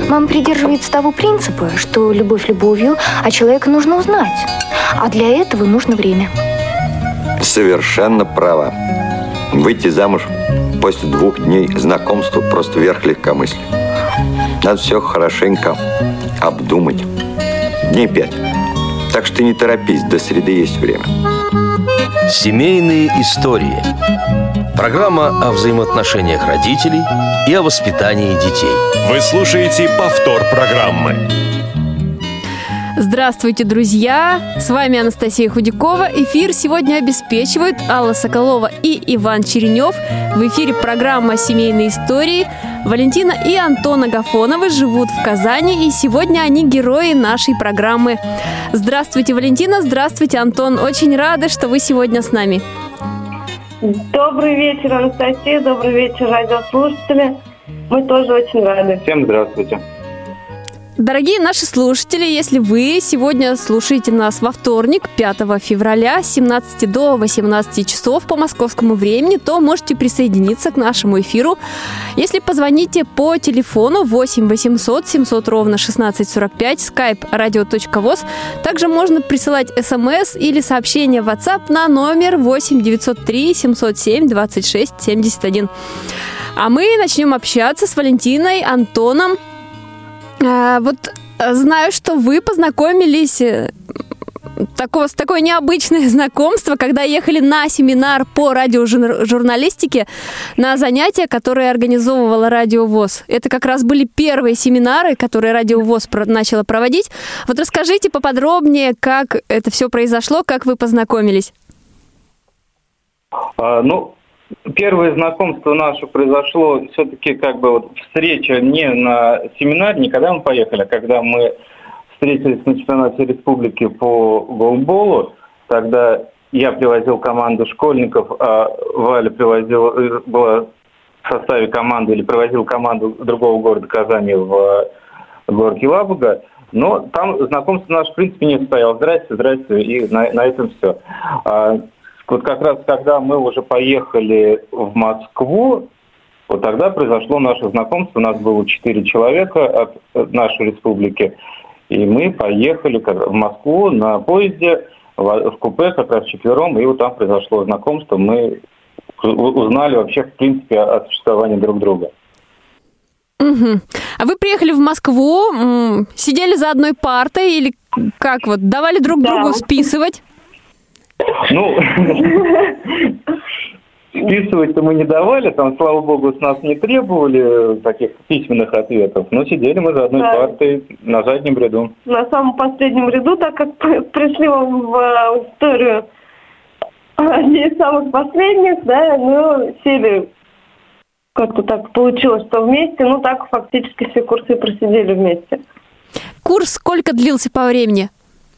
Мама придерживается того принципа, что любовь любовью, а человека нужно узнать. А для этого нужно время. Совершенно права. Выйти замуж после 2 дней знакомства просто верх легкомыслия. Надо все хорошенько обдумать. Дней 5. Так что не торопись, до среды есть время. Семейные истории. Программа о взаимоотношениях родителей и о воспитании детей. Вы слушаете повтор программы. Здравствуйте, друзья! С вами Анастасия Худякова. Эфир сегодня обеспечивают Алла Соколова и Иван Черенев. В эфире программа «Семейные истории». Валентина и Антон Агафоновы живут в Казани, и сегодня они герои нашей программы. Здравствуйте, Валентина! Здравствуйте, Антон! Очень рада, что вы сегодня с нами. Добрый вечер, Анастасия. Добрый вечер, радиослушатели. Мы тоже очень рады. Всем здравствуйте. Дорогие наши слушатели, если вы сегодня слушаете нас во вторник, 5 февраля, с 17 до 18 часов по московскому времени, то можете присоединиться к нашему эфиру, если позвоните по телефону 8 800 700 ровно 1645, skype radio.voz. Также можно присылать смс или сообщение в WhatsApp на номер 8 903 707 26 71. А мы начнем общаться с Валентиной, Антоном. Вот знаю, что вы познакомились с такое необычное знакомство, когда ехали на семинар по радиожурналистике на занятия, которые организовывала Радио ВОС. Это как раз были первые семинары, которые Радио ВОС начала проводить. Вот расскажите поподробнее, как это все произошло, как вы познакомились. Первое знакомство наше произошло все-таки встреча не на семинаре, не когда мы поехали, а когда мы встретились на чемпионате республики по голболу. Тогда я привозил команду школьников, а Валя была в составе команды или привозил команду другого города Казани в город Елабуга. Но там знакомство наше в принципе не состоялось. Здрасте, и на этом все. Вот как раз, когда мы уже поехали в Москву, вот тогда произошло наше знакомство. У нас было 4 человека от нашей республики. И мы поехали в Москву на поезде, в купе как раз вчетвером. И вот там произошло знакомство. Мы узнали вообще, в принципе, о существовании друг друга. Угу. А вы приехали в Москву, сидели за одной партой или как вот? Давали друг другу списывать? Списывать-то мы не давали, там, слава богу, с нас не требовали таких письменных ответов, но сидели мы за одной партой на заднем ряду. На самом последнем ряду, так как пришли в историю одни из самых последних, мы сели, как-то так получилось, что вместе, так фактически все курсы просидели вместе. Курс сколько длился по времени?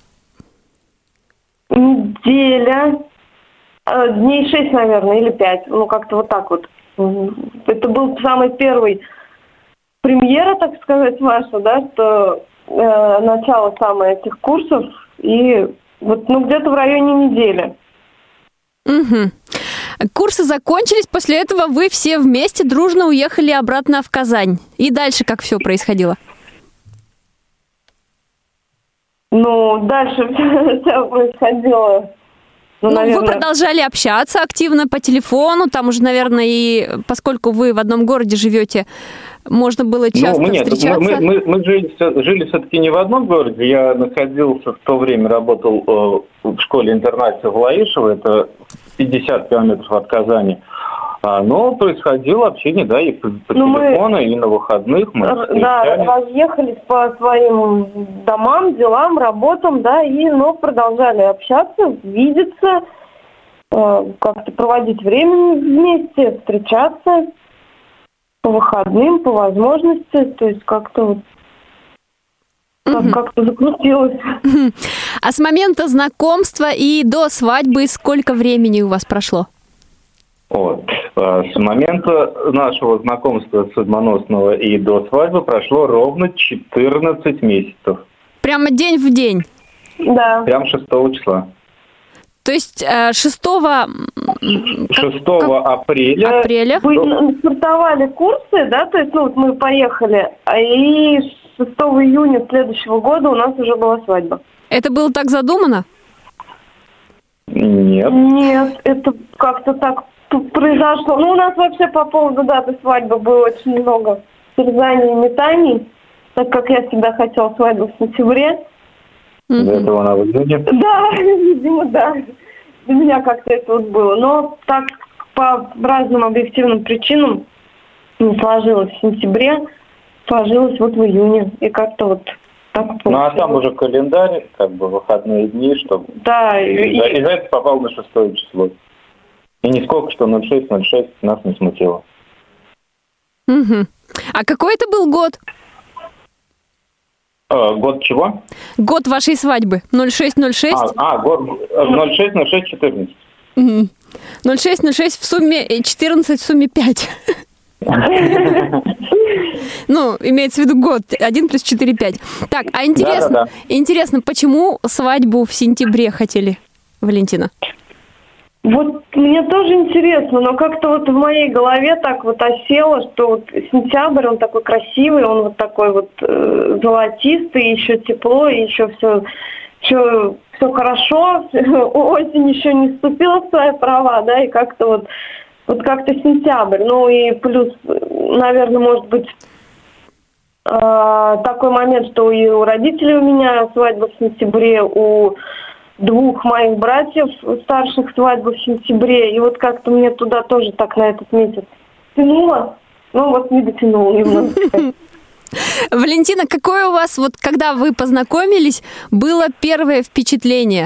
Неделя, дней 6, наверное, или 5, как-то вот так вот. Это был самый первый премьера, так сказать, ваша, что начало самое этих курсов, и вот, где-то в районе недели. Угу. Курсы закончились, после этого вы все вместе дружно уехали обратно в Казань. И дальше как все происходило? Дальше все происходило. Наверное... Вы продолжали общаться активно по телефону, там уже, наверное, и поскольку вы в одном городе живете, можно было часто встречаться? Мы жили все-таки не в одном городе. Я находился в то время, работал в школе-интернате в Лаишево, это 50 километров от Казани. Но происходило общение, и по телефону, и на выходных мы разъехались по своим домам, делам, работам, и продолжали общаться, видеться, как-то проводить время вместе, встречаться по выходным, по возможности, то есть как-то как-то закрутилось. А с момента знакомства и до свадьбы сколько времени у вас прошло? С момента нашего знакомства судьбоносного и до свадьбы прошло ровно 14 месяцев. Прямо день в день? Да. Прям 6 числа. То есть 6 апреля. Вы стартовали курсы, то есть мы поехали, и 6 июня следующего года у нас уже была свадьба. Это было так задумано? Нет. Нет, это как-то так произошло. Ну, у нас вообще по поводу даты свадьбы было очень много терзаний и метаний, так как я всегда хотела свадьбу в сентябре. До этого она выглядит. Да, видимо, да. Для меня как-то это вот было. Но так по разным объективным причинам не сложилось в сентябре, сложилось вот в июне. И как-то вот так получилось. Ну, а там уже календарь, как бы выходные дни, чтобы... Да. Из-за этого попал на 6 число. И нисколько, что 06 нас не смутило. Угу. А какой это был год? Год чего? Год вашей свадьбы. 0606? Год 06-06-14. 0606 в сумме 14, в сумме 5. Ну, имеется в виду год. 1 плюс 4, 5. Так, а интересно, почему свадьбу в сентябре хотели, Валентина? Вот мне тоже интересно, но как-то вот в моей голове так вот осело, что вот сентябрь, он такой красивый, он вот такой вот золотистый, еще тепло, и еще все хорошо, осень еще не вступила в свои права, да, и как-то вот как-то сентябрь. Ну и плюс, наверное, может быть, такой момент, что и у родителей у меня свадьба в сентябре, у 2 моих братьев старших свадьбы в сентябре, и вот как-то мне туда тоже так на этот месяц тянуло, ну вот не дотянуло немного. Валентина, какое у вас, вот когда вы познакомились, было первое впечатление?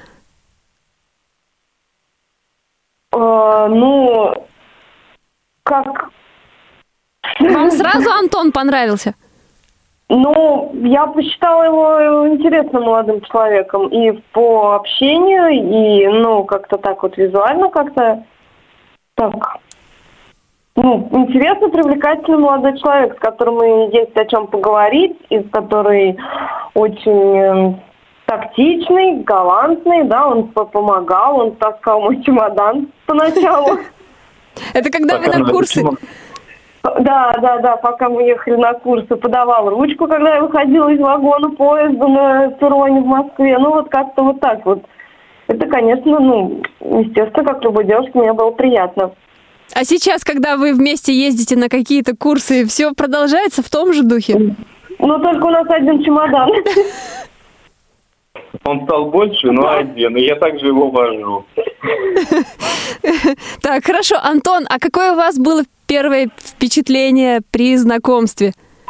Ну, как... Вам сразу Антон понравился? Ну, я посчитала его интересным молодым человеком и по общению, и, ну, как-то так вот визуально, как-то так, ну, интересный, привлекательный молодой человек, с которым есть о чем поговорить, и который очень тактичный, галантный, да, он помогал, он таскал мой чемодан поначалу. Это когда вы на курсы... Да, пока мы ехали на курсы, подавал ручку, когда я выходила из вагона поезда на перроне в Москве. Ну, вот как-то вот так вот. Это, конечно, ну, естественно, как любой девушке, мне было приятно. А сейчас, когда вы вместе ездите на какие-то курсы, все продолжается в том же духе? Ну, только у нас один чемодан. Он стал больше, но один, и я также его вожу. Так, хорошо. Антон, а какое у вас было первое впечатление при знакомстве?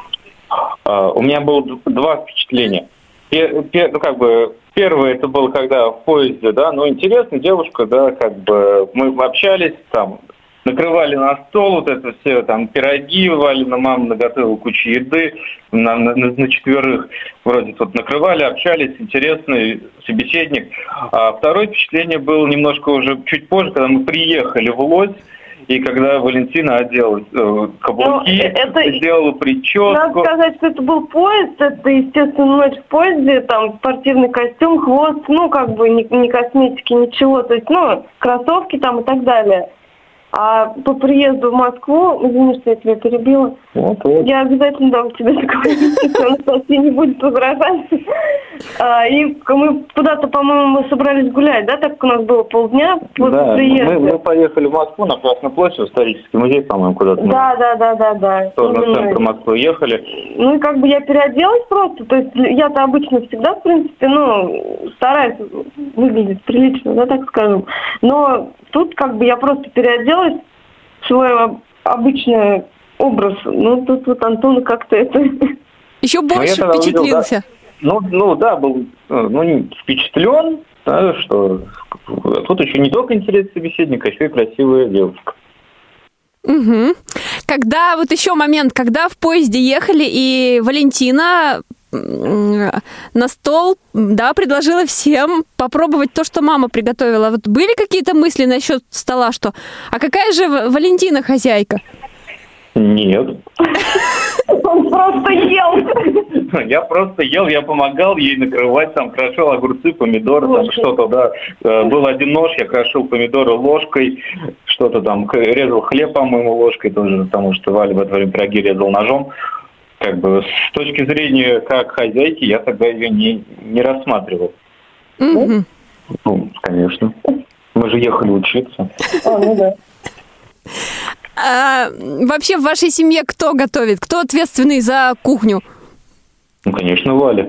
У меня было 2 впечатления. Ну, как бы, первое это было, когда в поезде, да, ну, интересная девушка, да, как бы, мы общались, там, накрывали на стол, вот это все, там, пироги, Валина мама наготовила кучу еды, на 4 вроде тут накрывали, общались, интересный собеседник. А второе впечатление было немножко уже чуть позже, когда мы приехали в Лодзь, и когда Валентина одела каблуки, сделала прическу. Надо сказать, что это был поезд, это, естественно, ночь в поезде, там спортивный костюм, хвост, ну, как бы ни косметики, ничего, то есть, ну, кроссовки там и так далее. А по приезду в Москву, извини, что я тебя перебила, вот. Я обязательно дам тебе такой Анастасия не будет возражать. И мы куда-то, по-моему, собрались гулять, да, так как у нас было полдня после приезда. Мы поехали в Москву на Красную площадь, в исторический музей, по-моему, куда-то. Да. Тоже на центр Москвы ехали. Ну и как бы я переоделась просто, то есть я-то обычно всегда, в принципе, ну, стараюсь выглядеть прилично, да, так скажем. Но тут как бы я просто переоделась в свой обычный образ. Ну, тут вот Антон как-то это... Еще больше впечатлился. Увидел, да, был впечатлен, да, что тут еще не только интересный собеседник, а еще и красивая девушка. Угу. Когда, вот еще момент, когда в поезде ехали, и Валентина на стол, да, предложила всем попробовать то, что мама приготовила. Вот были какие-то мысли насчет стола, что а какая же Валентина хозяйка? Нет. Он просто ел. Я просто ел, я помогал ей накрывать, там, крошил огурцы, помидоры, там что-то, да. Был один нож, я крошил помидоры ложкой, что-то там, резал хлеб, по-моему, ложкой тоже, потому что Валя в это время пироги резал ножом. как бы с точки зрения как хозяйки я тогда ее не рассматривал. Мгм. Ну, конечно. Мы же ехали учиться. Ну да. Вообще в вашей семье кто готовит? Кто ответственный за кухню? Ну, конечно, Валя.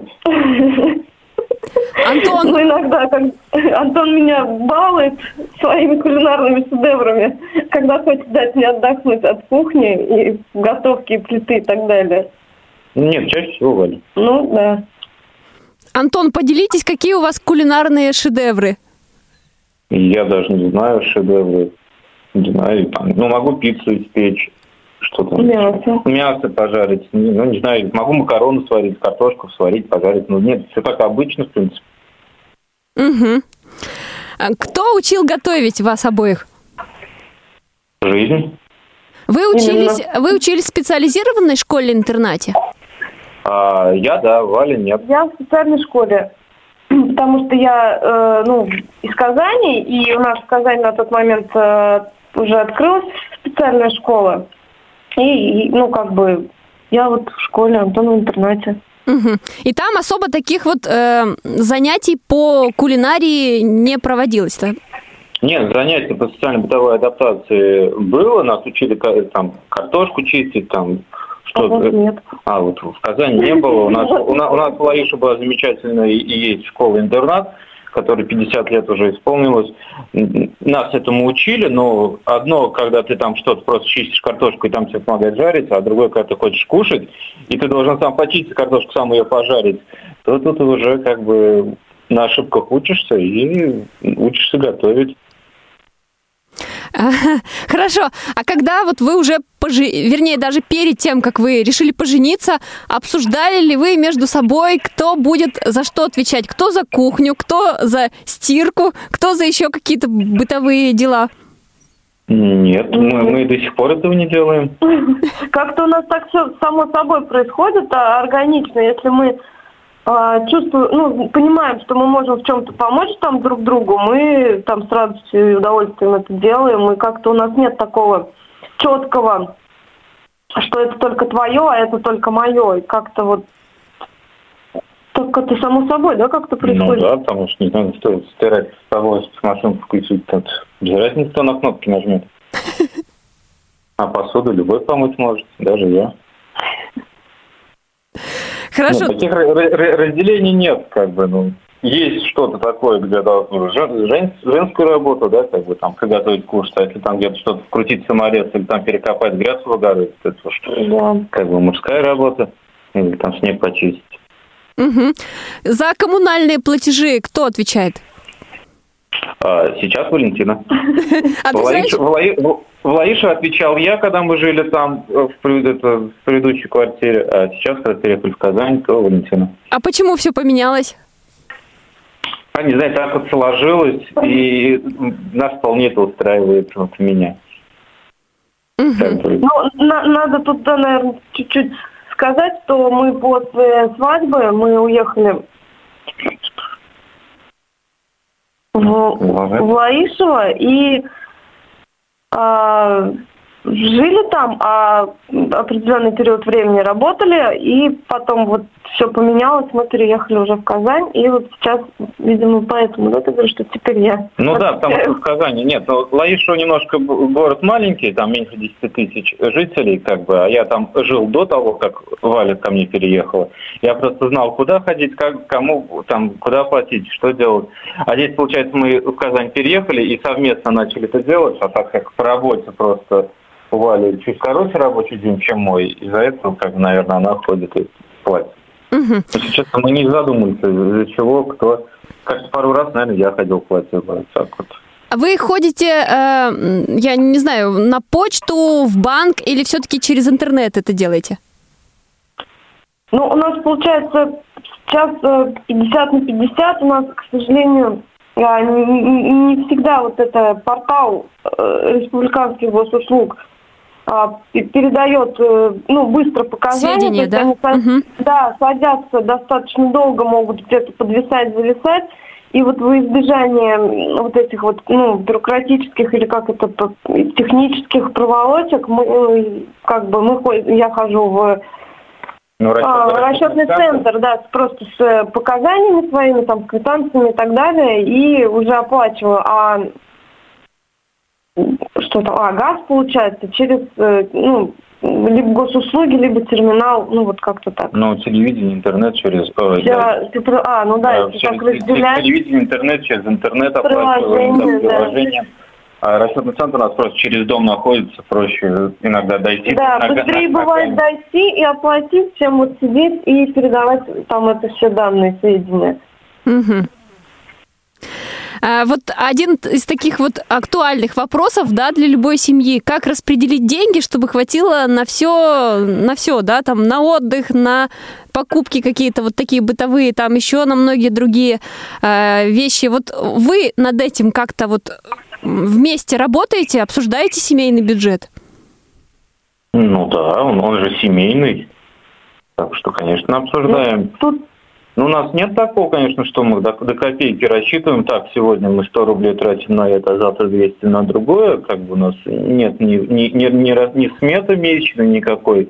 Антон, Ну, иногда Антон меня балует своими кулинарными шедеврами, когда хочет дать мне отдохнуть от кухни и готовки, и плиты и так далее. Нет, чаще всего Валя. Ну, да. Антон, поделитесь, какие у вас кулинарные шедевры? Я даже не знаю шедевры. Не знаю, там, ну, могу пиццу испечь, что-то. Мясо. Мясо пожарить. Ну, не знаю, могу макароны сварить, картошку сварить, пожарить. Ну, нет, все так обычно, в принципе. Угу. Кто учил готовить вас обоих? Жизнь. Вы учились в специализированной школе-интернате? Я, да, Валя, нет. Я в специальной школе, потому что я, из Казани, и у нас в Казани на тот момент уже открылась специальная школа. И я вот в школе, Антон в интернате. Угу. И там особо таких вот занятий по кулинарии не проводилось, да? Нет, занятия по социально-бытовой адаптации было. Нас учили там картошку чистить, там что-то. Нет. Вот в Казани не было. У нас в Лаише была замечательная и есть школа-интернат, которой 50 лет уже исполнилось. Нас этому учили, но одно, когда ты там что-то просто чистишь картошку, и там тебе помогает жарить, а другое, когда ты хочешь кушать, и ты должен сам почистить картошку, сам ее пожарить, то тут уже как бы на ошибках учишься и учишься готовить. Хорошо. А когда вот вы уже, вернее, даже перед тем, как вы решили пожениться, обсуждали ли вы между собой, кто будет за что отвечать? Кто за кухню, кто за стирку, кто за еще какие-то бытовые дела? Нет, мы до сих пор этого не делаем. Как-то у нас так все само собой происходит, органично. Если мы чувствуем, понимаем, что мы можем в чем-то помочь там друг другу, мы там с радостью и удовольствием это делаем. И как-то у нас нет такого четкого, что это только твое, а это только мое. И как-то вот так это само собой, да, как-то происходит? Ну да, потому что не знаю, стоит стирать с собой, машинку включить, тут без разницы, кто на кнопки нажмет. А посуду любой помыть может, даже я. Хорошо. Таких разделений нет, как бы, есть что-то такое, где женскую работу, да, как бы там приготовить кушать, а если там где-то что-то вкрутить саморез или там перекопать грязь в огороде, это уж как бы мужская работа, или там снег почистить. Угу. За коммунальные платежи кто отвечает? Сейчас Валентина. А В Лаише отвечал я, когда мы жили там в предыдущей квартире, а сейчас, когда переехали в Казань, то Валентина. А почему все поменялось? Не знаю, так вот сложилось, и нас вполне это устраивает меня. Надо тут, да, наверное, чуть-чуть сказать, что мы после свадьбы, мы уехали в Лаишево и жили там, определенный период времени работали, и потом вот все поменялось, мы переехали уже в Казань, и вот сейчас, видимо, поэтому, да, ты говоришь, что теперь я... Да, потому что в Казани нет, Лаишево немножко город маленький, там меньше 10 тысяч жителей, как бы, а я там жил до того, как Валя ко мне переехала. Я просто знал, куда ходить, как, кому, там, куда платить, что делать. А здесь, получается, мы в Казань переехали и совместно начали это делать, а так как по работе просто у Вали чуть короче рабочий день, чем мой, из-за этого, как, наверное, она ходит и платит. Если честно, мы не задумались, из-за чего, кто... Как пару раз, наверное, я ходил в платье. Так вот. Вы ходите, я не знаю, на почту, в банк или все-таки через интернет это делаете? У нас получается сейчас 50 на 50. У нас, к сожалению, не всегда вот это портал республиканских госуслуг передает быстро показания. Сведения, да? Да, садятся достаточно долго, могут где-то подвисать, зависать. И вот во избежание вот этих вот бюрократических или технических проволочек я хожу в Расчетный центр, да, просто с показаниями своими, там, с квитанциями и так далее, и уже оплачиваю. А что там? Газ, получается, через, либо госуслуги, либо терминал, вот как-то так. Телевидение, интернет через... если так разделять. Телевидение, интернет через интернет оплачиваем, приложение. А расчетный центр у нас просто через дом находится, проще иногда дойти. Да, быстрее бывает дойти и оплатить, чем вот сидеть и передавать там это все данные, сведения. Угу. Вот один из таких вот актуальных вопросов, да, для любой семьи: как распределить деньги, чтобы хватило на все, да, там, на отдых, на покупки какие-то вот такие бытовые, там еще на многие другие вещи. Вот вы над этим как-то вот вместе работаете, обсуждаете семейный бюджет? Да, он же семейный, так что, конечно, обсуждаем. У нас нет такого, конечно, что мы до копейки рассчитываем. Так, сегодня мы 100 рублей тратим на это, а завтра 200 на другое. Как бы у нас нет ни сметы месячной никакой.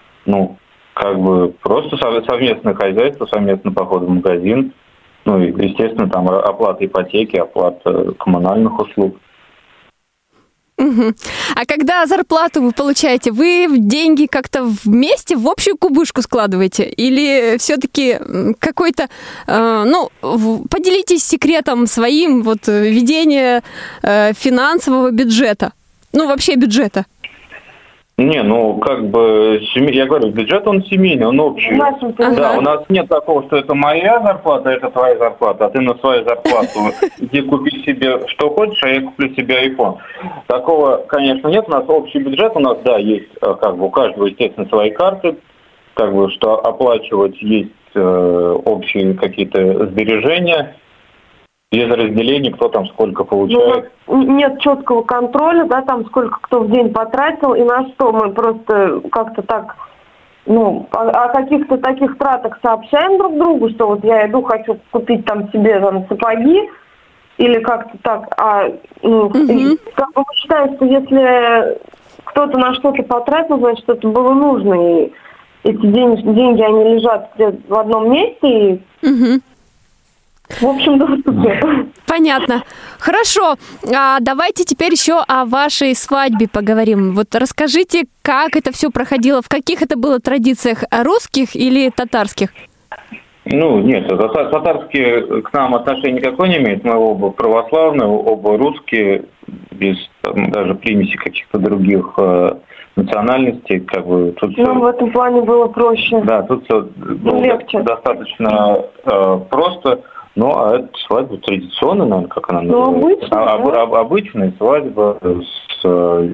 Просто совместное хозяйство, совместный поход в магазин. И, естественно, там оплата ипотеки, оплата коммунальных услуг. Угу. А когда зарплату вы получаете, вы деньги как-то вместе в общую кубышку складываете? Или все-таки какой-то, поделитесь секретом своим ведения финансового бюджета? Вообще бюджета. Я говорю, бюджет он семейный, он общий. Да, у нас нет такого, что это моя зарплата, это твоя зарплата, а ты на свою зарплату иди купи себе что хочешь, а я куплю себе iPhone. Такого, конечно, нет. У нас общий бюджет, у нас, да, есть, у каждого, естественно, свои карты, что оплачивать, есть общие какие-то сбережения. Без разделений, кто там сколько получает. Нет четкого контроля, да, там сколько кто в день потратил и на что. Мы просто как-то так, о каких-то таких тратах сообщаем друг другу, что вот я иду, хочу купить там себе сапоги или как-то так. Мы считаем, что если кто-то на что-то потратил, значит, это было нужно. И эти деньги, они лежат в одном месте. В общем, доступно. Понятно. Хорошо. Давайте теперь еще о вашей свадьбе поговорим. Расскажите, как это все проходило, в каких это было традициях, русских или татарских? Нет, татарские к нам отношения никакой не имеют. Мы оба православные, оба русские, без даже примеси каких-то других национальностей. Нам в этом плане было проще. Да, тут все было легче. Достаточно просто. А это свадьба традиционная, наверное, как она называется? Обычная свадьба с...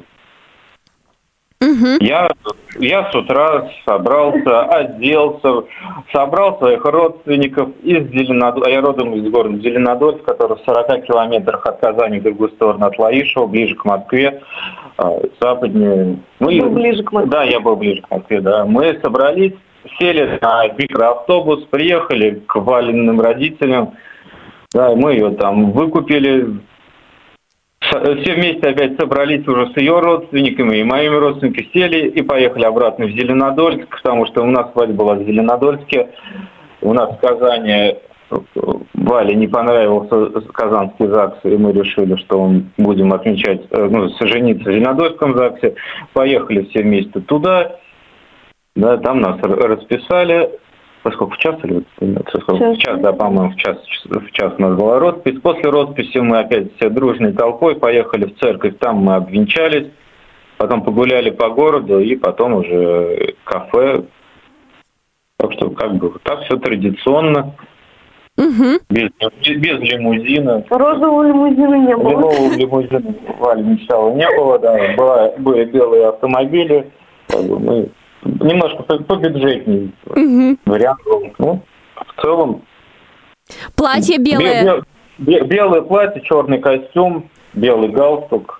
Я с утра собрался, оделся, собрал своих родственников из Зеленодольска. Я родом из города Зеленодольск, который в 40 километрах от Казани, в другую сторону от Лаишева, ближе к Москве, западнее. Ближе к Москве. Да, я был ближе к Москве, да. Мы собрались, сели на микроавтобус, приехали к Валиным родителям. Да, мы ее там выкупили. Все вместе опять собрались уже с ее родственниками и моими родственниками, сели и поехали обратно в Зеленодольск, потому что у нас свадьба была в Зеленодольске. У нас в Казани Вале не понравился казанский ЗАГС, и мы решили, что мы будем отмечать, жениться в Зеленодольском ЗАГСе. Поехали все вместе туда. Да, там нас расписали. Поскольку в час или в час, да, по-моему, в час у нас была роспись. После росписи мы опять все дружной толпой поехали в церковь, там мы обвенчались, потом погуляли по городу и потом уже кафе. Так что так все традиционно. Без лимузина. Розового лимузина не было. Розового лимузина Валя мечтала не было, да. Были белые автомобили. Мы немножко побюджетнее вариант был. В целом... Платье белое. Белое платье, черный костюм, белый галстук.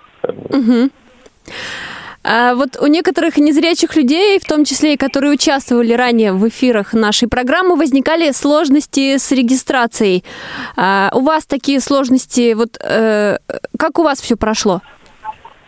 А у некоторых незрячих людей, в том числе и которые участвовали ранее в эфирах нашей программы, возникали сложности с регистрацией. У вас такие сложности, как у вас все прошло?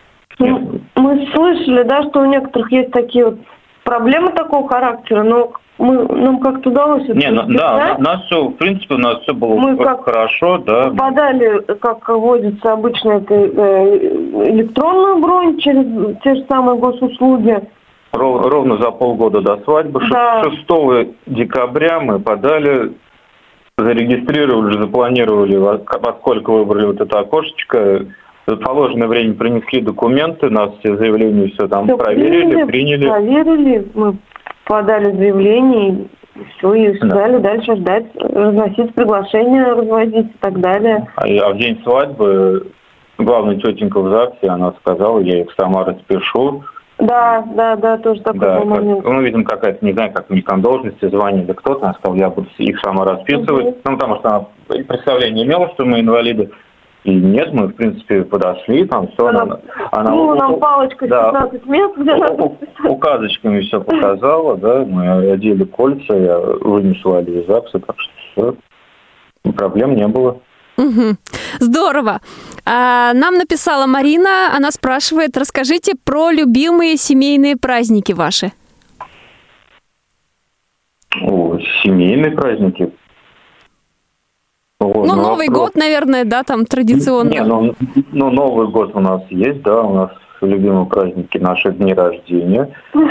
Мы слышали, да, что у некоторых есть такие проблемы такого характера, но нам как-то удалось это да, у нас все, в принципе, у нас все было хорошо, да. Подали, как водится обычно, это электронную бронь через те же самые госуслуги. Ровно за полгода до свадьбы. Да. 6 декабря мы подали, зарегистрировали, запланировали, во сколько выбрали вот это окошечко. В положенное время принесли документы, нас все заявления все там приняли. Проверили, мы подали заявление, и все, и ждали дальше ждать, разносить приглашения, разводить и так далее. А в день свадьбы главная тетенька в ЗАГСе, она сказала, я их сама распишу. Да, тоже такой был момент. Видимо, какая-то, не знаю, как у них там должности, звание или кто-то, она сказала, я буду их сама расписывать. Потому что она представления имела, что мы инвалиды. И нет, мы, в принципе, подошли, там все. Нам палочка 15 мест, где надо писать. Указочками все показала, да, мы одели кольца, я вынесла из ЗАГСа, так что все, проблем не было. Угу. Здорово. Нам написала Марина, она спрашивает, расскажите про любимые семейные праздники ваши. Семейные праздники? Новый год, наверное, да, там традиционно. Новый год у нас есть, да, у нас любимые праздники, наши дни рождения.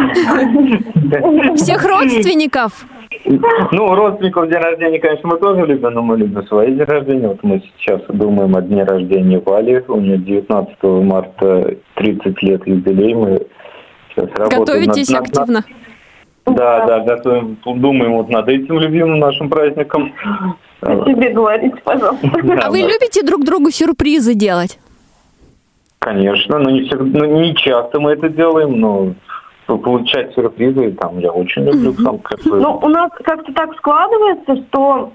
Всех родственников? Родственников день рождения, конечно, мы тоже любим, но мы любим свои дни рождения. Вот мы сейчас думаем о дне рождения Вали, у нее 19 марта 30 лет юбилей, мы сейчас работаем. Готовитесь активно? Да, готовим, думаем вот над этим любимым нашим праздником. О себе говорите, пожалуйста. А вы любите друг другу сюрпризы делать? Конечно, не часто мы это делаем, но получать сюрпризы там я очень люблю. У нас как-то так складывается, что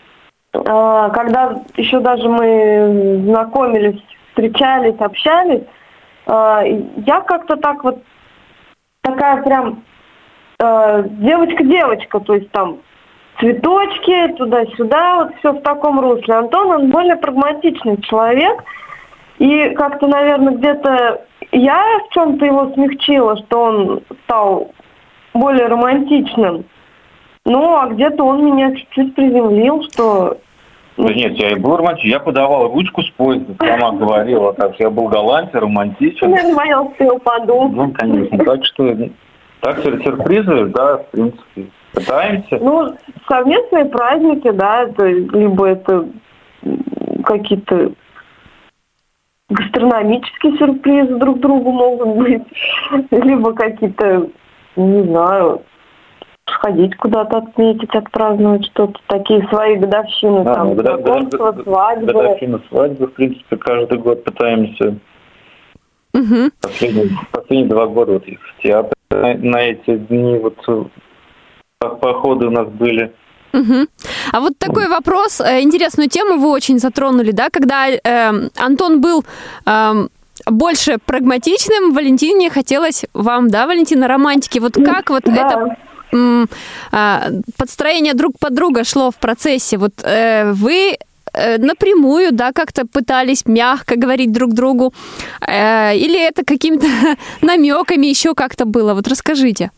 когда еще даже мы знакомились, встречались, общались, я как-то так вот такая прям девочка-девочка, то есть там цветочки, туда-сюда, вот все в таком русле. Антон, он более прагматичный человек, и как-то, наверное, где-то я в чем-то его смягчила, что он стал более романтичным. А где-то он меня чуть-чуть приземлил, что... Да нет, я и был романтичен. Я подавал ручку с поезда, сама говорила, так что я был галантен, романтичен. Я не боялся, что я упаду. Конечно. Так что, сюрпризы, да, в принципе, пытаемся. Совместные праздники, да, либо это какие-то гастрономические сюрпризы друг другу могут быть, либо какие-то, не знаю, сходить куда-то отметить, отпраздновать что-то, такие свои годовщины, знакомства, свадьбы. Годовщины, свадьбы, в принципе, каждый год пытаемся. Угу. Последние 2 года вот в театре на эти дни походы у нас были. Угу. А вот такой вопрос, интересную тему вы очень затронули, да, когда Антон был больше прагматичным, Валентине хотелось вам, да, Валентина, романтики. Вот как вот это подстроение друг под друга шло в процессе? Вот вы напрямую, да, как-то пытались мягко говорить друг другу, или это какими-то намеками еще как-то было? Вот расскажите.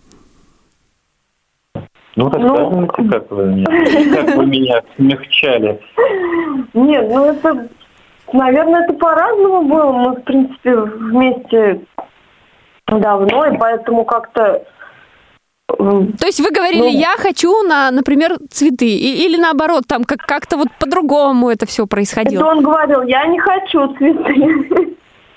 Рассказывайте, как вы меня смягчали. Нет, это, наверное, это по-разному было. Мы, в принципе, вместе давно, и поэтому как-то... То есть вы говорили, я хочу, например, цветы, или наоборот, там как-то вот по-другому это все происходило? Это он говорил, я не хочу цветы.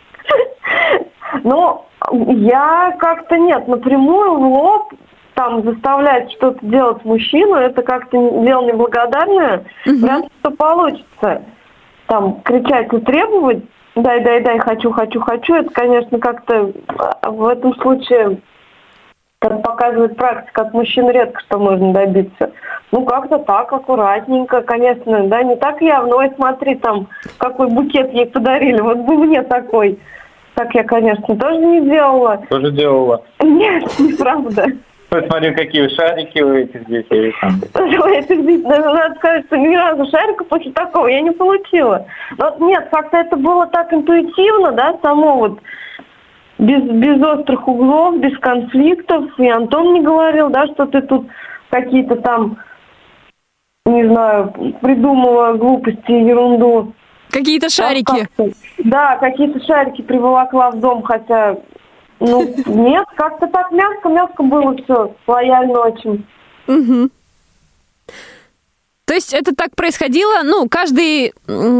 Я как-то нет, напрямую в лоб там заставлять что-то делать мужчину, это как-то дело неблагодарное, вряд ли что получится. Там кричать и требовать, дай, хочу, это, конечно, как-то в этом случае, как показывает практика, от мужчин редко что можно добиться. Как-то так, аккуратненько, конечно, да, не так явно. Ой, смотри, там, какой букет ей подарили, вот бы мне такой. Так я, конечно, тоже не делала. Тоже делала? Нет, неправда. Смотри, какие шарики у этих детей. Надо сказать, что ни разу шарика после такого я не получила. Нет, как-то это было так интуитивно, да, само вот без острых углов, без конфликтов. И Антон мне говорил, да, что ты тут какие-то там, не знаю, придумала глупости, ерунду. Какие-то шарики. Да, какие-то шарики приволокла в дом, хотя, нет, как-то так мягко было все, лояльно очень. Угу. То есть это так происходило, каждый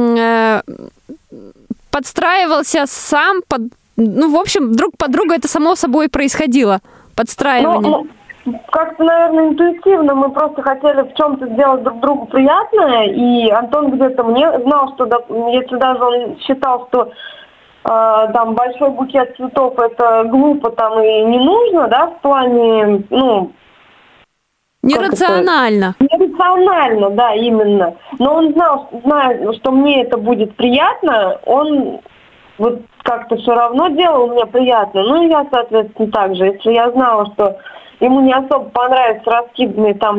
подстраивался сам, в общем, друг под друга это само собой происходило, подстраивание. Как-то, наверное, интуитивно мы просто хотели в чем-то сделать друг другу приятное, и Антон где-то мне знал, что если даже он считал, что там большой букет цветов это глупо там и не нужно, да, в плане, нерационально. Нерационально, да, именно. Но он зная, что мне это будет приятно, он вот как-то все равно делал мне приятно. И я, соответственно, так же. Если я знала, что ему не особо понравятся раскиданные там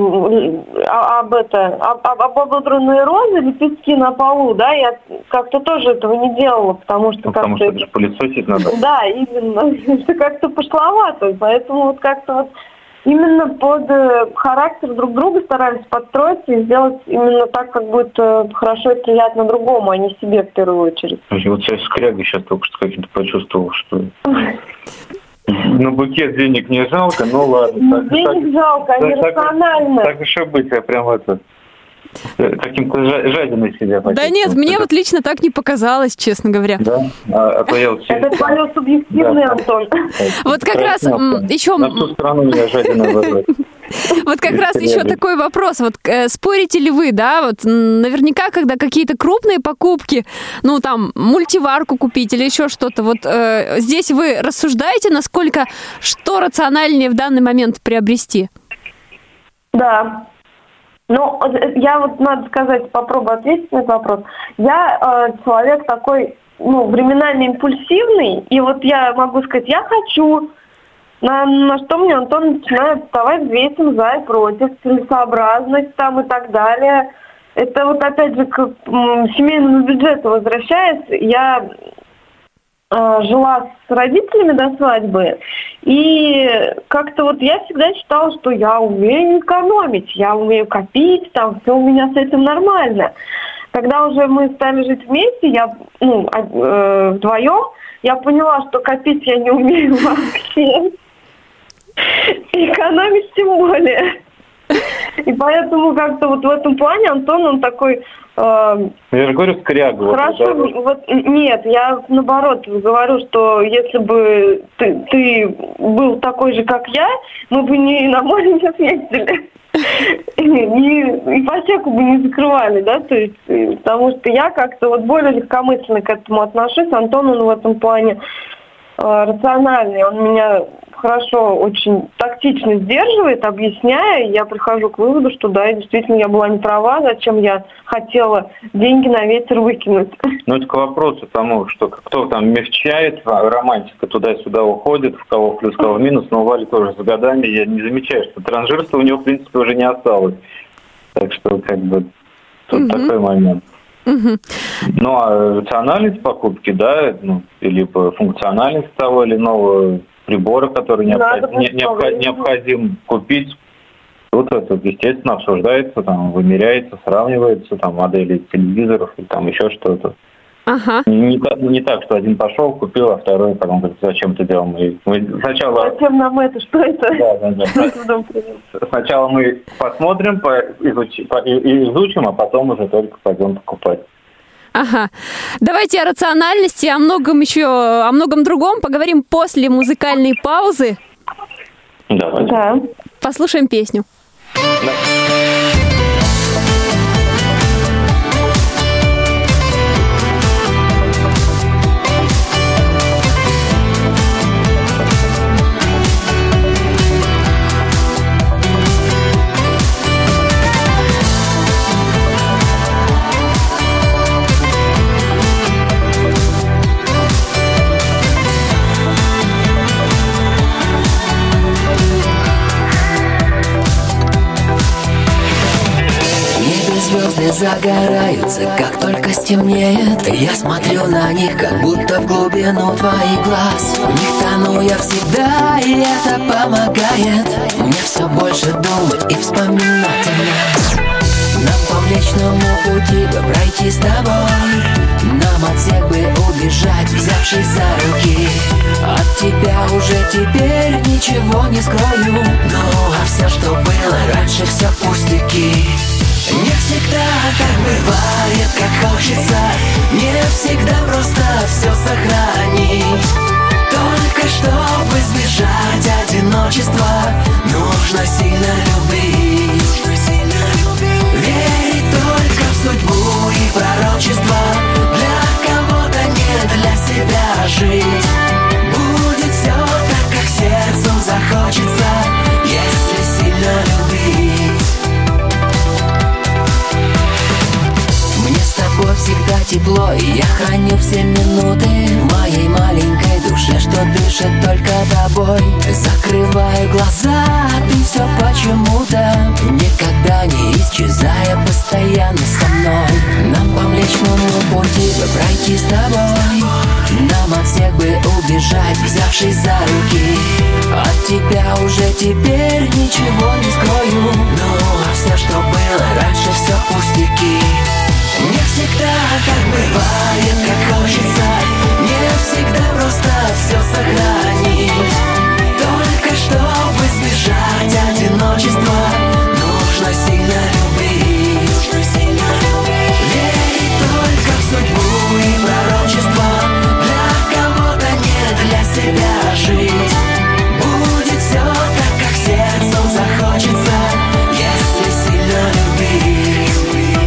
ободранные розы, лепестки на полу, да, я как-то тоже этого не делала, потому что потому что это же пылесосить надо. Да, именно. Это как-то пошловато, поэтому вот как-то вот именно под характер друг друга старались подстроиться и сделать именно так, как будет хорошо и приятно другому, а не себе в первую очередь. Вот я скрягой сейчас только что каким-то почувствовал, что... букет денег не жалко, ладно. Денег жалко, они рационально. Так уж и быть, я прям каким-то жадиной себя почувствовал. Да нет, мне вот лично так не показалось, честно говоря. Да? Это твое субъективное, Антон. Вот как раз еще... На ту сторону меня жадина вызывает. Вот как раз еще такой вопрос. Вот спорите ли вы, да, вот наверняка, когда какие-то крупные покупки, мультиварку купить или еще что-то, вот здесь вы рассуждаете, насколько, что рациональнее в данный момент приобрести? Да. Я вот, надо сказать, попробую ответить на этот вопрос. Я человек такой, временами импульсивный, и вот я могу сказать, я хочу, на что мне Антон начинает давать взвесим за и против, целесообразность там и так далее. Это вот опять же к семейному бюджету возвращаясь, я жила с родителями до свадьбы, и как-то вот я всегда считала, что я умею экономить, я умею копить, там все у меня с этим нормально. Когда уже мы стали жить вместе, вдвоем, я поняла, что копить я не умею вообще, экономить тем более. И поэтому как-то вот в этом плане Антон, он такой... Я же говорю, скрягу. Хорошо, нет, я наоборот говорю, что если бы ты был такой же, как я, мы бы ни на море не съездили. И ипотеку бы не закрывали, да, то есть, потому что я как-то вот более легкомысленно к этому отношусь. Антон, он в этом плане рациональный, он меня хорошо, очень тактично сдерживает, объясняя, и я прихожу к выводу, что да, действительно я была не права, зачем я хотела деньги на ветер выкинуть. Это к вопросу тому, что кто там мягчает, романтика туда-сюда уходит, в кого плюс, в кого минус, но у Вали тоже с годами я не замечаю, что транжирства у него, в принципе, уже не осталось. Так что, тут такой момент. А рациональность покупки, да, либо функциональность того или иного прибора, который необходим купить, тут это, естественно, обсуждается, вымеряется, сравнивается, модели телевизоров и еще что-то. Ага. Не так, что один пошел, купил, а второй потом говорит, зачем это делаем? Мы сначала... Зачем нам это? Что это? Да. Сначала мы посмотрим, изучим, а потом уже только пойдем покупать. Ага. Давайте о рациональности, о многом другом поговорим после музыкальной паузы. Давайте. Да. Послушаем песню. Да. Звезды загораются, как только стемнеет. Я смотрю на них, как будто в глубину твоих глаз. В них тону я всегда, и это помогает мне все больше думать и вспоминать о нас. Нам по Млечному пути бы пройти с тобой, нам от всех бы убежать, взявшись за руки. От тебя уже теперь ничего не скрою. Ну а все, что было раньше, все пустяки. Не всегда так бывает, как хочется, не всегда просто все сохранить. Только чтобы избежать одиночества, нужно сильно любить. Верить только в судьбу и пророчество. Для кого-то не для себя жить. Будет все так, как сердцу захочется, если сильно любить. Мне с тобой всегда тепло, и я храню все минуты в моей маленькой душе, что дышит только тобой. Закрываю глаза, ты все почему-то, никогда не исчезая, постоянно со мной. Нам по Млечному пути бы пройти с тобой, нам от всех бы убежать, взявшись за руки. От тебя уже теперь ничего не скрою. Ну а все, что было раньше, все пустяки. Не всегда так бывает, как хочется, не всегда просто все сохранить. Только чтобы избежать одиночества, нужно сильно любить. Верить только в судьбу и пророчество. Для кого-то не для себя жить. Будет все так, как сердцу захочется, если сильно любить.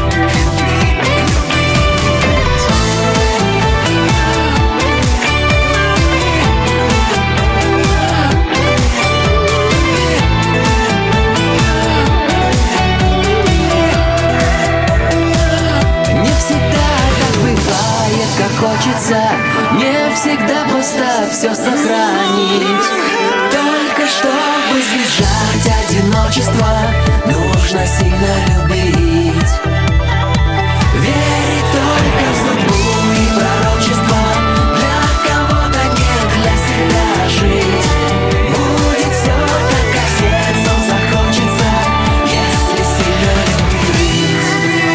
Хочется не всегда просто все сохранить. Только чтобы избежать одиночества, нужно сильно любить. Верить только в судьбу и пророчество. Для кого-то не для себя жить. Будет все так, как сердцу захочется, если сильно любить.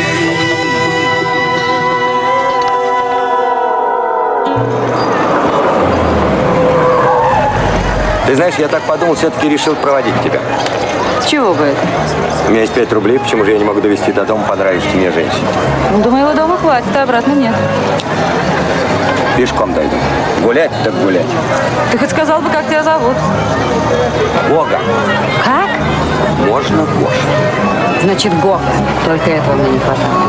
Ты знаешь, я так подумал, все-таки решил проводить тебя. С чего бы это? У меня есть 5 рублей, почему же я не могу довести до дома понравившейся мне женщине? Ну, до моего дома хватит, а обратно нет. Пешком дойду. Гулять так гулять. Ты хоть сказал бы, как тебя зовут? Гога. Как? Можно Гоша. Значит, Гога. Только этого мне не хватало.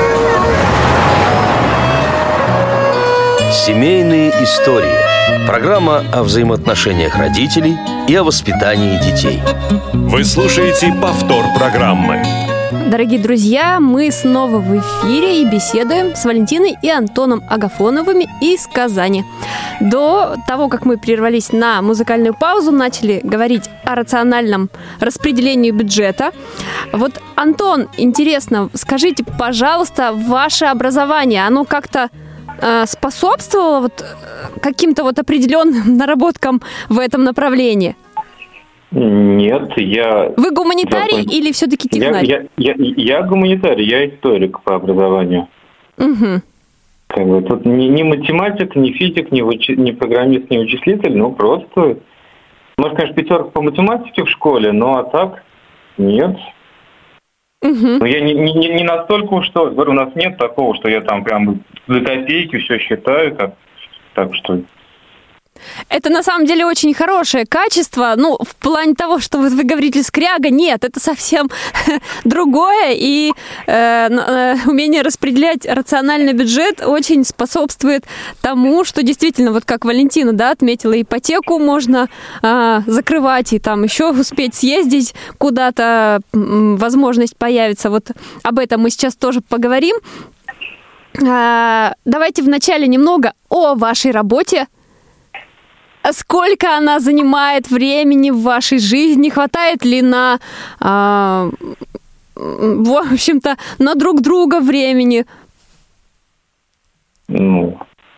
Семейные истории. Программа о взаимоотношениях родителей и о воспитании детей. Вы слушаете повтор программы. Дорогие друзья, мы снова в эфире и беседуем с Валентиной и Антоном Агафоновыми из Казани. До того, как мы прервались на музыкальную паузу, начали говорить о рациональном распределении бюджета. Вот, Антон, интересно, скажите, пожалуйста, ваше образование, оно как-то способствовало вот каким-то вот определенным наработкам в этом направлении? Нет, я... Вы гуманитарий или все-таки технарь? Я гуманитарий, я историк по образованию. Угу. Как бы тут ни математик, ни физик, ни программист, ни вычислитель, ну просто... Может, конечно, 5 по математике в школе, но а так нет. Угу. Но я не настолько уж, что... Говорю, у нас нет такого, что я там прям за копейки все считаю, так что... Это на самом деле очень хорошее качество. Ну, в плане того, что вот вы говорите скряга, нет, это совсем другое. И умение распределять рациональный бюджет очень способствует тому, что действительно, вот как Валентина, да, отметила, ипотеку можно закрывать и там еще успеть съездить куда-то, возможность появится. Вот об этом мы сейчас тоже поговорим. Давайте вначале немного о вашей работе. Сколько она занимает времени в вашей жизни? Хватает ли на в общем-то, на друг друга времени? Ну,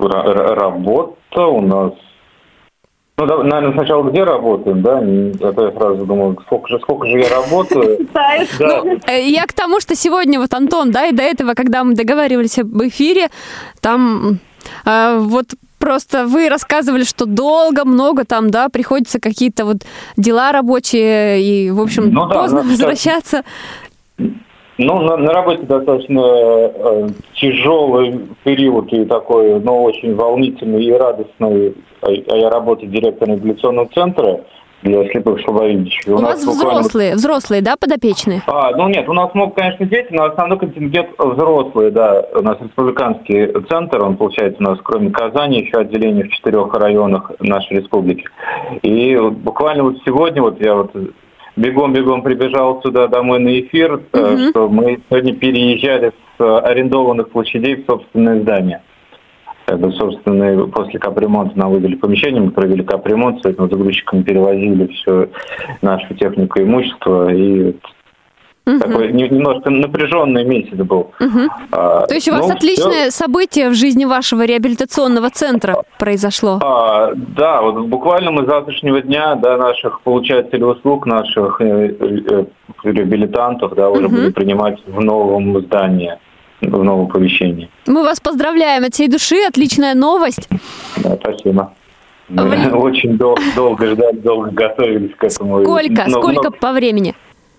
работа у нас... Ну, да, наверное, сначала где работаем, да? А то я сразу думал, сколько же я работаю. Да. Я к тому, что сегодня вот Антон, да, и до этого, когда мы договаривались об эфире, там вот просто вы рассказывали, что долго, много там, да, приходится какие-то вот дела рабочие и, в общем, поздно возвращаться. Ну, на работе достаточно тяжелый период и такой, но очень волнительный и радостный. Я работаю директором революционного центра для слепых и слабовидящих. У вас взрослые, да, подопечные? Ну нет, у нас много, конечно, дети, но основной контингент взрослые, да. У нас республиканский центр, он, получается, у нас кроме Казани еще отделение в 4 районах нашей республики. И буквально вот сегодня вот я вот бегом прибежал сюда домой на эфир, что мы сегодня переезжали с арендованных площадей в собственное здание. Собственно, после капремонта нам выдали помещение, мы провели капремонт, с этим загрузчиком перевозили всю нашу технику и имущество, и такой немножко напряженный месяц был. То есть у вас отличное событие в жизни вашего реабилитационного центра произошло? Да, вот буквально мы с завтрашнего дня, да, наших получателей услуг, наших реабилитантов, да, уже будем принимать в новом здании, в новом помещении. Мы вас поздравляем от всей души, отличная новость. Да, спасибо. Мы очень долго ждали, долго готовились к этому. Сколько по времени?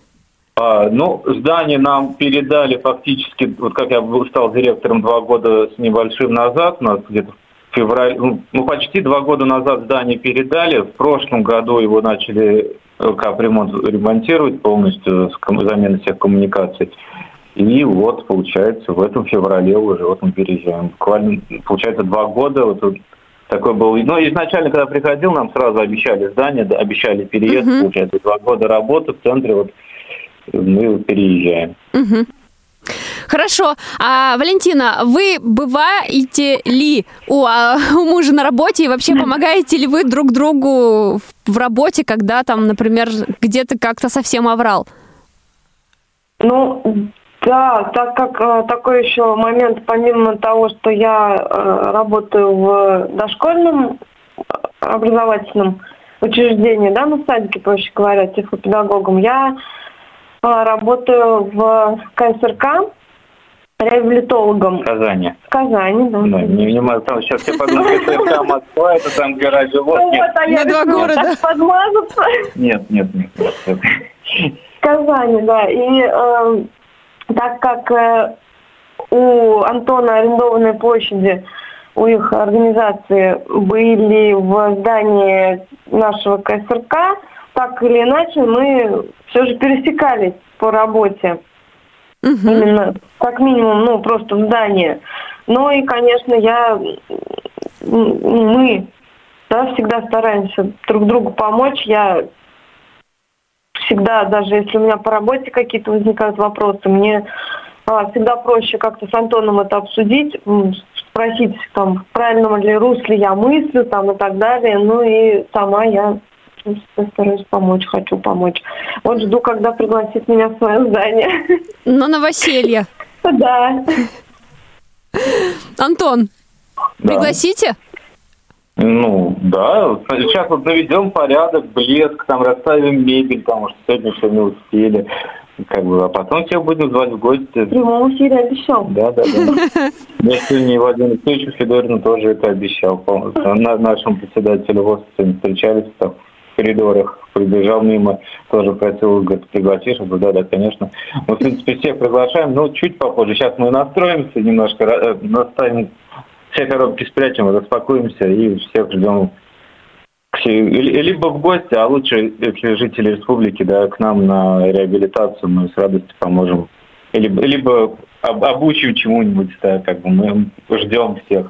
Здание нам передали фактически, вот как я стал директором 2 года с небольшим назад, у нас где-то в феврале, почти 2 года назад здание передали, в прошлом году его начали капремонт ремонтировать полностью, замена всех коммуникаций. И вот, получается, в этом феврале уже вот мы переезжаем. Буквально, получается, 2 года. Вот такой был. Ну, изначально, когда приходил, нам сразу обещали здание, обещали переезд. Получается, 2 года работы в центре, вот мы переезжаем. Хорошо. Валентина, вы бываете ли у мужа на работе и вообще помогаете ли вы друг другу в работе, когда там, например, где-то как-то совсем оврал? Да, так как такой еще момент, помимо того, что я работаю в дошкольном образовательном учреждении, да, на садике, проще говоря, психопедагогом, я работаю в КСРК реабилитологом. В Казани. В Казани, да. Там сейчас все подумают, КСРК Москва, это там где радиовоз. На 2 города. Подмазаться. Нет. В Казани, да. И так как у Антона арендованные площади, у их организации были в здании нашего КСРК, так или иначе мы все же пересекались по работе. Именно, как минимум, просто в здании. Ну и, конечно, мы всегда стараемся друг другу помочь. Я всегда, даже если у меня по работе какие-то возникают вопросы, мне всегда проще как-то с Антоном это обсудить, спросить, там, в правильном ли русле я мыслю, там, и так далее. Ну и сама я стараюсь помочь, хочу помочь. Вот жду, когда пригласит меня в свое здание. На новоселье. Да. Антон, пригласите? Да. Сейчас вот наведем порядок, блеск, там расставим мебель, потому что сегодня все не успели. А потом всех будем звать в гости. В прямом эфире обещал. Да. Я сегодня Владимиру Алексеевичу Федорину тоже это обещал. Нашему председателю ВОС сегодня встречались там в коридорах, прибежал мимо, тоже просил, говорит, пригласишь? Да, конечно. Мы, в принципе, всех приглашаем, но чуть попозже. Сейчас мы настроимся немножко, наставим все коробки, спрячем, распакуемся и всех ждем либо в гости, а лучше, если жители республики, да, к нам на реабилитацию, мы с радостью поможем. Либо обучим чему-нибудь, да, мы ждем всех.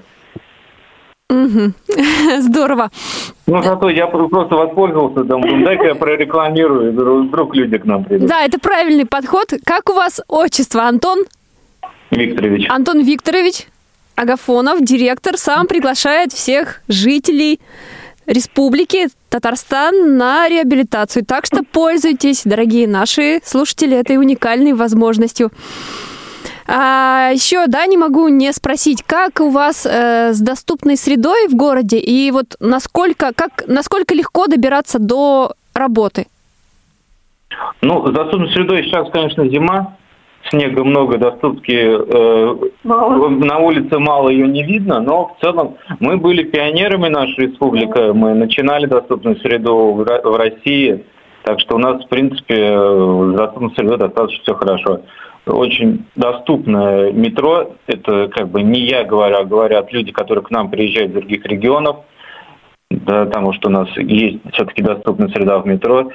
Здорово. Зато я просто воспользовался, дай-ка я прорекламирую, вдруг люди к нам придут. Да, это правильный подход. Как у вас отчество, Антон? Викторович. Антон Викторович Агафонов, директор, сам приглашает всех жителей республики Татарстан на реабилитацию. Так что пользуйтесь, дорогие наши слушатели, этой уникальной возможностью. А еще, не могу не спросить, как у вас с доступной средой в городе и вот насколько легко добираться до работы? С доступной средой сейчас, конечно, зима. Снега много, доступки на улице мало, ее не видно, но в целом мы были пионерами нашей республики, мы начинали доступную среду в России, так что у нас, в принципе, с доступной средой достаточно все хорошо. Очень доступное метро, это не я говорю, а говорят люди, которые к нам приезжают из других регионов, потому что у нас есть все-таки доступная среда в метро.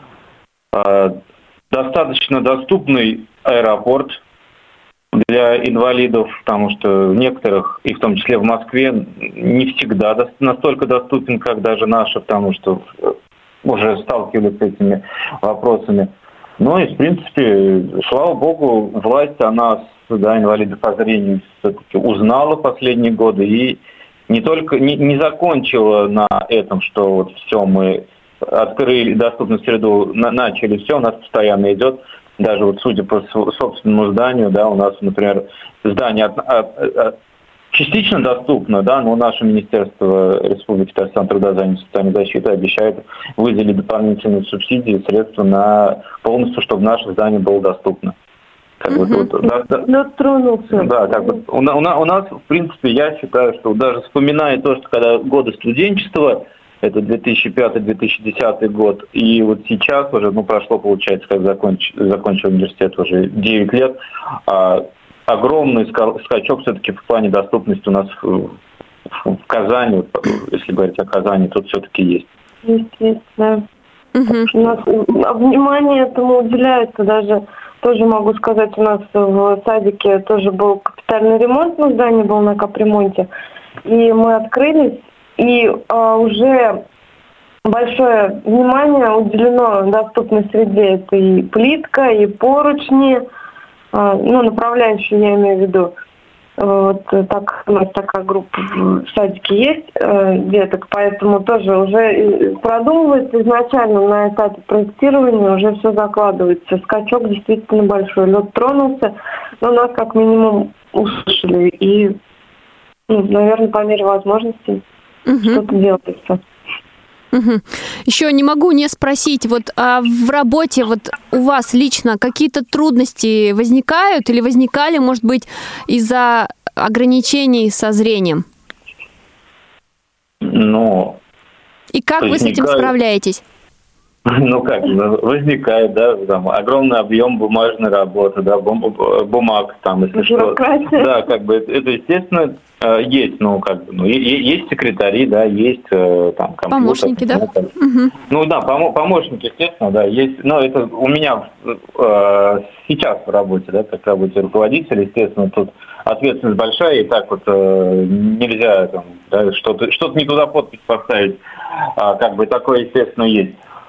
Достаточно доступный аэропорт для инвалидов, потому что в некоторых, и в том числе в Москве, не всегда настолько доступен, как даже наши, потому что уже сталкивались с этими вопросами. И, в принципе, слава богу, власть о нас, инвалидов по зрению, все-таки узнала последние годы и не закончила на этом, что все мы открыли доступную среду, начали все, у нас постоянно идет. Даже судя по собственному зданию, у нас, например, здание частично доступно, но наше Министерство Республики Татарстан труда, занятости и социальной защиты обещает выделить дополнительные субсидии и средства на полностью, чтобы наше здание было доступно. Тронулся. У нас, в принципе, я считаю, что даже вспоминая то, что когда годы студенчества, это 2005-2010 год, и вот сейчас уже, прошло, получается, как закончил университет уже 9 лет, огромный скачок все-таки в плане доступности у нас в Казани, если говорить о Казани, тут все-таки есть. Есть, да. У нас внимание этому уделяется, даже тоже могу сказать, у нас в садике тоже был капитальный ремонт, здание было на капремонте, и мы открылись, и уже большое внимание уделено доступной среде. Это и плитка, и поручни, направляющие, я имею в виду. Вот так у нас такая группа в садике есть деток, поэтому тоже уже продумывается изначально на этапе проектирования, уже все закладывается. Скачок действительно большой, лед тронулся, но нас как минимум услышали и, наверное, по мере возможностей что-то делается. Еще не могу не спросить, а в работе у вас лично какие-то трудности возникают или возникали, может быть, из-за ограничений со зрением? И как вы с этим справляетесь? Возникает, огромный объем бумажной работы, бумаг, если что. Да, это естественно есть, есть секретари, есть компьютер. Помощники, да? Помощники, естественно, есть. Но это у меня сейчас в работе, как работе руководителя, естественно, тут ответственность большая, и так нельзя что-то не туда подпись поставить. Такое, естественно, есть.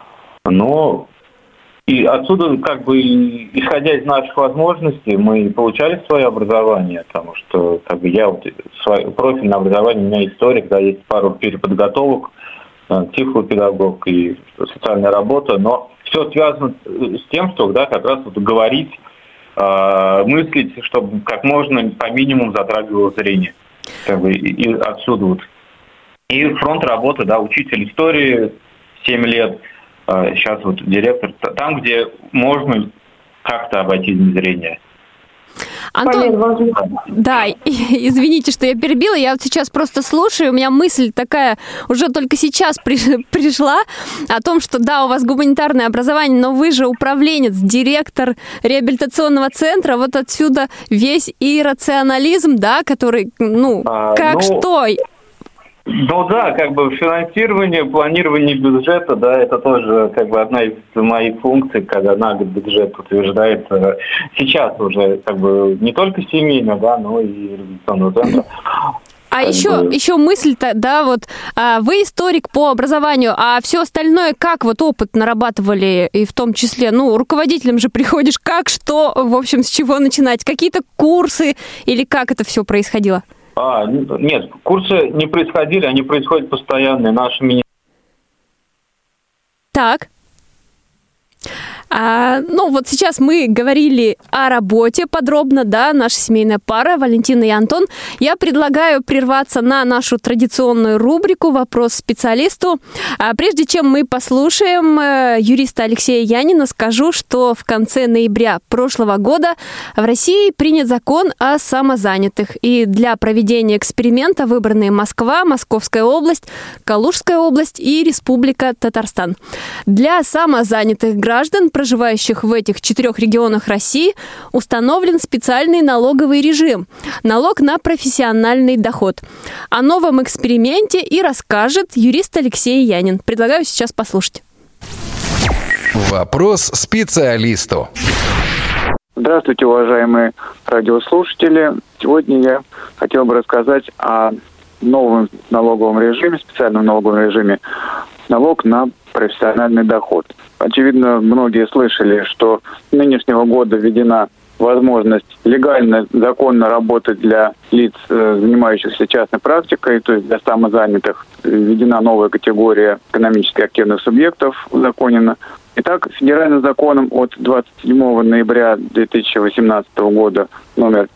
И отсюда, исходя из наших возможностей, мы получали свое образование, потому что я свое профильное образование, у меня историк, есть пару переподготовок, психопедагог и социальная работа, но все связано с тем, что как раз говорить, мыслить, чтобы как можно по минимуму затрагивало зрение. И отсюда И фронт работы, учитель истории 7 лет, сейчас директор, там, где можно как-то обойти зрение. Антон, извините, что я перебила, я сейчас просто слушаю, у меня мысль такая уже только сейчас пришла о том, что у вас гуманитарное образование, но вы же управленец, директор реабилитационного центра, отсюда весь иррационализм, который, что... финансирование, планирование бюджета, это тоже одна из моих функций, когда на год бюджет утверждается сейчас уже не только семейно, но и реабилитационного центра. А еще мысль-то, вы историк по образованию, а все остальное как опыт нарабатывали, и в том числе, руководителям же приходишь, с чего начинать, какие-то курсы или как это все происходило? Нет, курсы не происходили, они происходят постоянно. Наше Так. Вот сейчас мы говорили о работе подробно, да, наша семейная пара, Валентина и Антон. Я предлагаю прерваться на нашу традиционную рубрику «Вопрос специалисту». Прежде чем мы послушаем юриста Алексея Янина, скажу, что в конце ноября прошлого года в России принят закон о самозанятых. И для проведения эксперимента выбраны Москва, Московская область, Калужская область и Республика Татарстан. Для самозанятых граждан, проживающих в этих 4 регионах России, установлен специальный налоговый режим – налог на профессиональный доход. О новом эксперименте и расскажет юрист Алексей Янин. Предлагаю сейчас послушать. Вопрос специалисту. Здравствуйте, уважаемые радиослушатели. Сегодня я хотел бы рассказать о новом налоговом режиме, специальном налоговом режиме налог на профессиональный доход. Очевидно, многие слышали, что с нынешнего года введена возможность легально, законно работать для лиц, занимающихся частной практикой, то есть для самозанятых. Введена новая категория экономически активных субъектов, узаконена. Итак, федеральным законом от 27 ноября 2018 года номер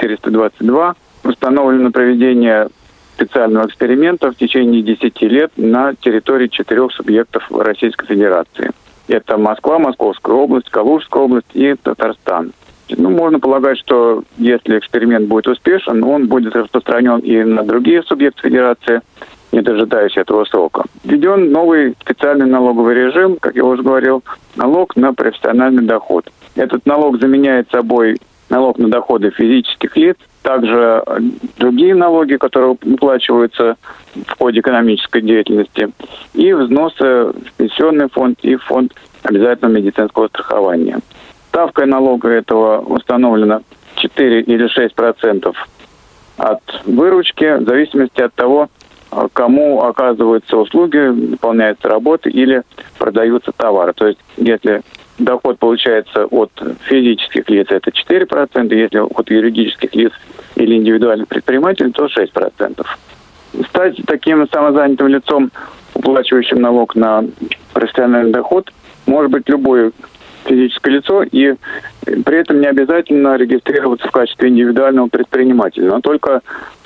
422 установлено проведение специального эксперимента в течение 10 лет на территории 4 субъектов Российской Федерации. Это Москва, Московская область, Калужская область и Татарстан. Можно полагать, что если эксперимент будет успешен, он будет распространен и на другие субъекты Федерации, не дожидаясь этого срока. Введен новый специальный налоговый режим, как я уже говорил, налог на профессиональный доход. Этот налог заменяет собой налог на доходы физических лиц, также другие налоги, которые уплачиваются в ходе экономической деятельности, и взносы в пенсионный фонд и фонд обязательного медицинского страхования. Ставка налога этого установлена 4 или 6% от выручки, в зависимости от того, кому оказываются услуги, выполняются работы или продаются товары. То есть, если доход получается от физических лиц, это 4%, если от юридических лиц или индивидуальных предпринимателей, то 6%. Стать таким самозанятым лицом, уплачивающим налог на профессиональный доход, может быть любое физическое лицо, и при этом не обязательно регистрироваться в качестве индивидуального предпринимателя, но только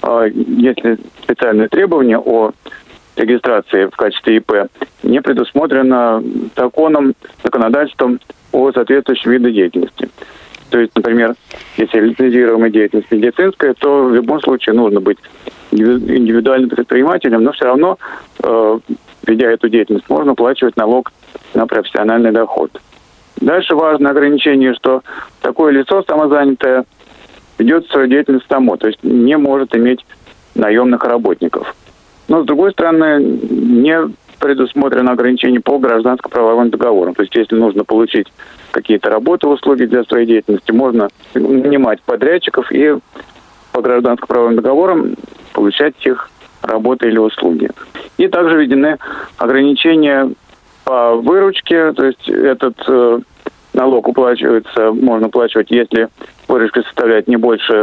если специальные требования о регистрации в качестве ИП не предусмотрено законодательством о соответствующем виде деятельности. То есть, например, если лицензируемая деятельность медицинская, то в любом случае нужно быть индивидуальным предпринимателем, но все равно, ведя эту деятельность, можно уплачивать налог на профессиональный доход. Дальше важное ограничение, что такое лицо самозанятое ведет свою деятельность само, то есть не может иметь наемных работников. Но, с другой стороны, не предусмотрено ограничение по гражданско-правовым договорам. То есть, если нужно получить какие-то работы, услуги для своей деятельности, можно нанимать подрядчиков и по гражданско-правовым договорам получать их работы или услуги. И также введены ограничения по выручке, то есть этот налог можно уплачивать, если выручка составляет не больше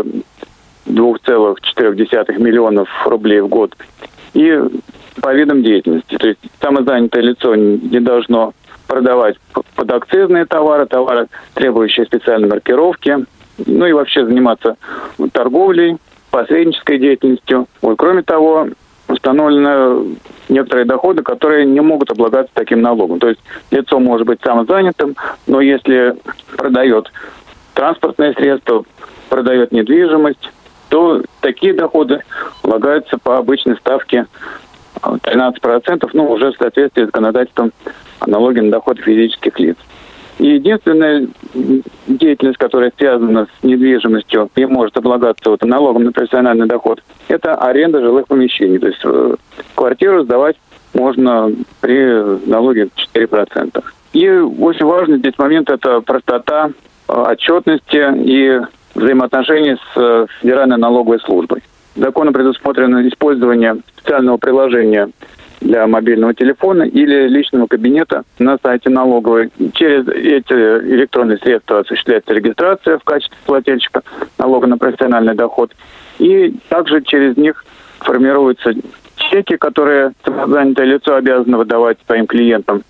2,4 миллионов рублей в год. И по видам деятельности. То есть самозанятое лицо не должно продавать подакцизные товары, требующие специальной маркировки, и вообще заниматься торговлей, посреднической деятельностью. Кроме того, установлены некоторые доходы, которые не могут облагаться таким налогом. То есть лицо может быть самозанятым, но если продает транспортные средства, продает недвижимость, то такие доходы облагаются по обычной ставке 13%, уже в соответствии с законодательством о налоге на доходы физических лиц. И единственная деятельность, которая связана с недвижимостью и может облагаться налогом на профессиональный доход, это аренда жилых помещений. То есть квартиру сдавать можно при налоге 4%. И очень важный здесь момент – это простота отчетности и взаимоотношений с Федеральной налоговой службой. Законом предусмотрено использование специального приложения для мобильного телефона или личного кабинета на сайте налоговой. Через эти электронные средства осуществляется регистрация в качестве плательщика налога на профессиональный доход. И также через них формируются чеки, которые самозанятое лицо обязано выдавать своим клиентам.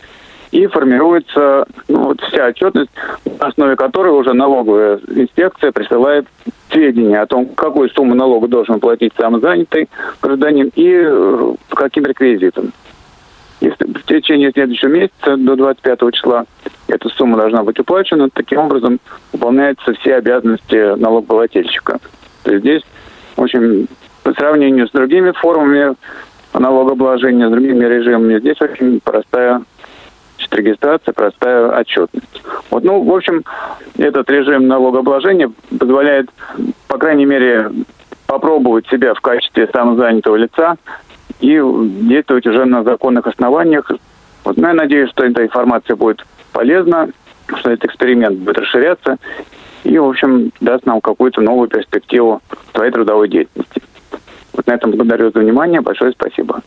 и формируется вся отчетность, на основе которой уже налоговая инспекция присылает сведения о том, какую сумму налога должен платить самозанятый гражданин и по каким реквизитам. Если в течение следующего месяца до 25 числа эта сумма должна быть уплачена, таким образом выполняются все обязанности налогоплательщика. То есть здесь, в общем, по сравнению с другими формами налогообложения, с другими режимами, здесь очень простая регистрация, простая отчетность. В общем, этот режим налогообложения позволяет, по крайней мере, попробовать себя в качестве самозанятого лица и действовать уже на законных основаниях. Я надеюсь, что эта информация будет полезна, что этот эксперимент будет расширяться и, в общем, даст нам какую-то новую перспективу своей трудовой деятельности. На этом благодарю за внимание. Большое спасибо.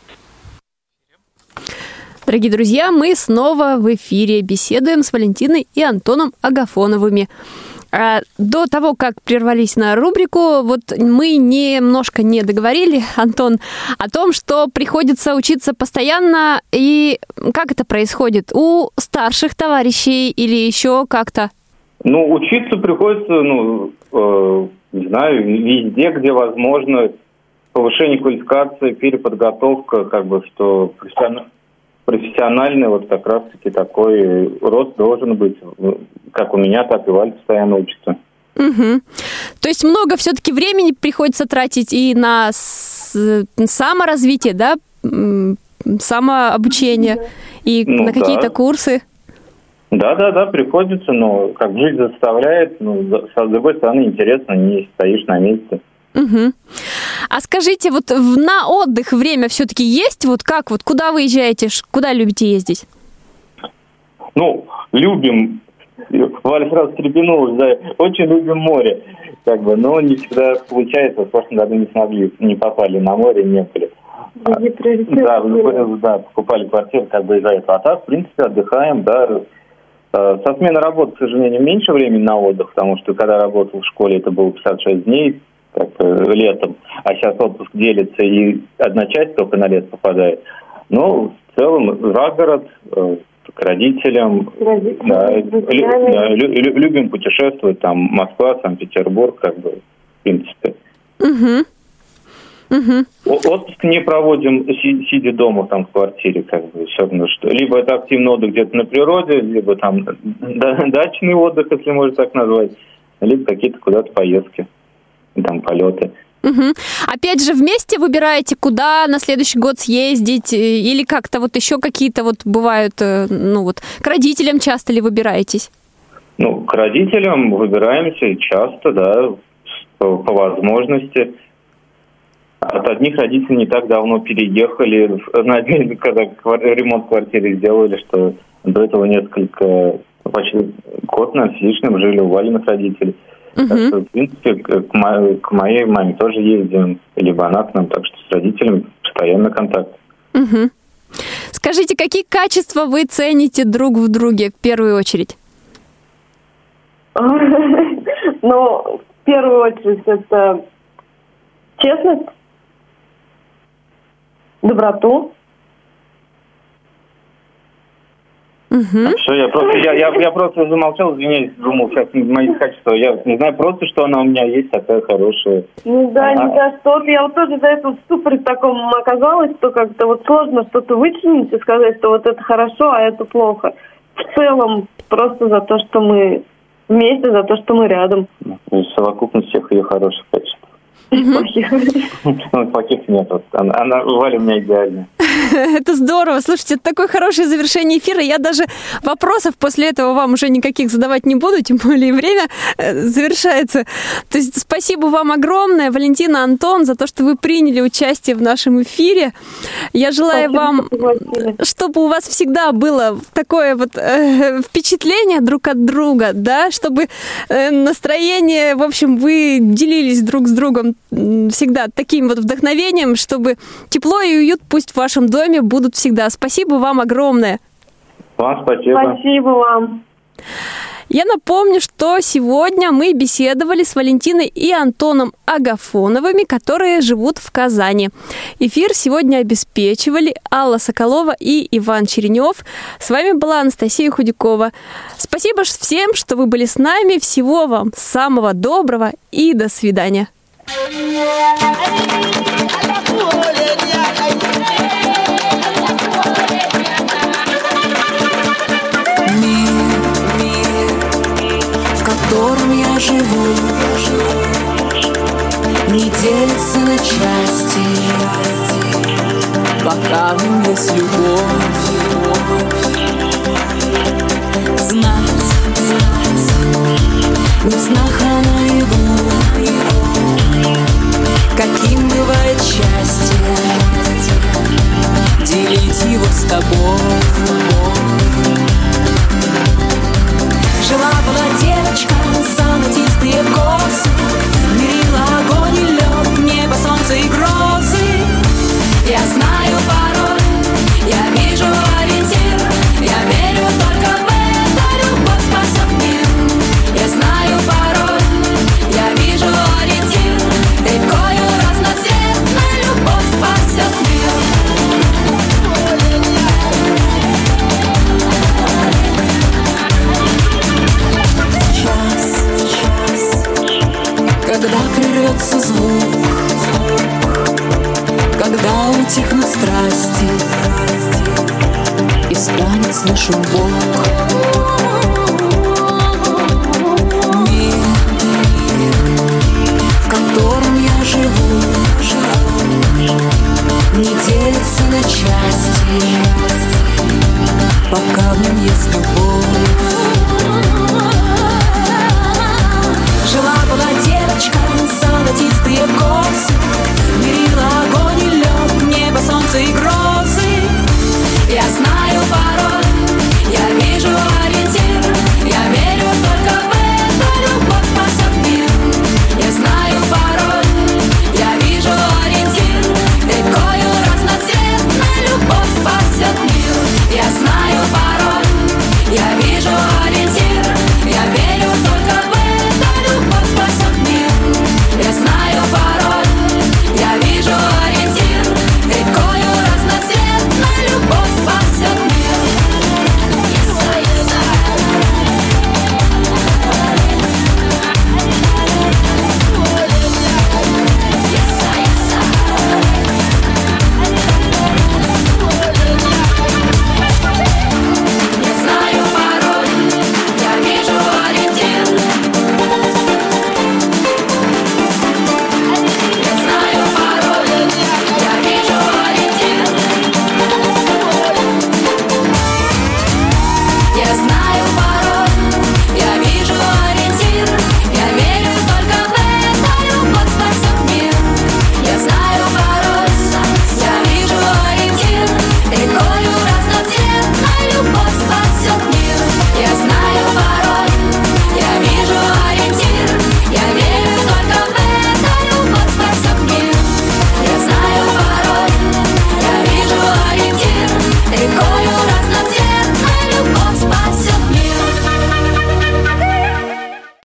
Дорогие друзья, мы снова в эфире беседуем с Валентиной и Антоном Агафоновыми. До того, как прервались на рубрику, мы немножко не договорили, Антон, о том, что приходится учиться постоянно, и как это происходит? У старших товарищей или еще как-то? Учиться приходится, не знаю, везде, где возможно, повышение квалификации, переподготовка, что профессиональный, как раз-таки такой рост должен быть. Как у меня, так и Валя постоянно учится. Угу. То есть много все-таки времени приходится тратить и на саморазвитие, да, самообучение, и на какие-то курсы? Да, приходится, но как жизнь заставляет, с другой стороны интересно, не стоишь на месте. Угу. А скажите, на отдых время все-таки есть? Куда вы езжаете? Куда любите ездить? Любим. Валя сразу встрепенулась, да. Очень любим море. Но не всегда получается. В прошлом году не смогли, не попали на море, не были. Да, покупали квартиру из-за этого. А так, в принципе, отдыхаем, да. Со смены работы, к сожалению, меньше времени на отдых, потому что когда работал в школе, это было 56 дней, летом, а сейчас отпуск делится, и одна часть только на лето попадает. В целом, за город, к родителям. Любим путешествовать, Москва, Санкт-Петербург, в принципе. Отпуск не проводим, сидя дома в квартире, все равно что. Либо это активный отдых где-то на природе, либо дачный отдых, если можно так назвать, либо какие-то куда-то поездки. Полеты. Угу. Опять же, вместе выбираете, куда на следующий год съездить, или как-то еще какие-то бывают, к родителям часто ли выбираетесь? К родителям выбираемся часто, да, по возможности. От одних родителей не так давно переехали, когда ремонт квартиры сделали, что до этого почти год, наверное, с лишним жили у Валиных родителей. Так что, в принципе, к моей маме тоже ездим, либо она к нам, так что с родителями постоянно контакт. Угу. Скажите, какие качества вы цените друг в друге в первую очередь? В первую очередь это честность, доброту. Угу. Что я просто замолчал, извиняюсь, думал, сейчас мои качества. Я не знаю, просто что она у меня есть такая хорошая. Не за что. Я тоже до этого в ступоре таком оказалась, что как-то сложно что-то вычленить и сказать, что это хорошо, а это плохо. В целом, просто за то, что мы вместе, за то, что мы рядом. Совокупность всех ее хороших качеств. Плохих нет. Валя у меня идеальная. Это здорово. Слушайте, это такое хорошее завершение эфира. Я даже вопросов после этого вам уже никаких задавать не буду, тем более время завершается. То есть спасибо вам огромное, Валентина, Антон, за то, что вы приняли участие в нашем эфире. Я желаю вам, чтобы у вас всегда было такое впечатление друг от друга, да, чтобы настроение, в общем, вы делились друг с другом всегда таким вдохновением, чтобы тепло и уют пусть в вашем доме будут всегда. Спасибо вам огромное. Вам спасибо. Спасибо вам. Я напомню, что сегодня мы беседовали с Валентиной и Антоном Агафоновыми, которые живут в Казани. Эфир сегодня обеспечивали Алла Соколова и Иван Черенев. С вами была Анастасия Худякова. Спасибо всем, что вы были с нами. Всего вам самого доброго и до свидания. В котором я живу, не делится на части, пока в нем есть любовь. Знать, не в снах, а наяву, каким бывает счастье, делить его с тобой. Жила-была девочка, золотистые косы, мерила огонь и лед, небо, солнце и грозы. Я знаю пароль, я вижу ориентир, я верю только в это, любовь спасет мир. Я знаю пароль, я вижу ориентир, рекою разноцветной любовь спасет мир. Когда прервется звук, когда утихнут страсти и станет слышен Бог. Мир, в котором я живу, не делится на части, пока в нем есть любовь. Жила-была девочка, золотистые косы, мерила огонь и лед, небо, солнце и грозы.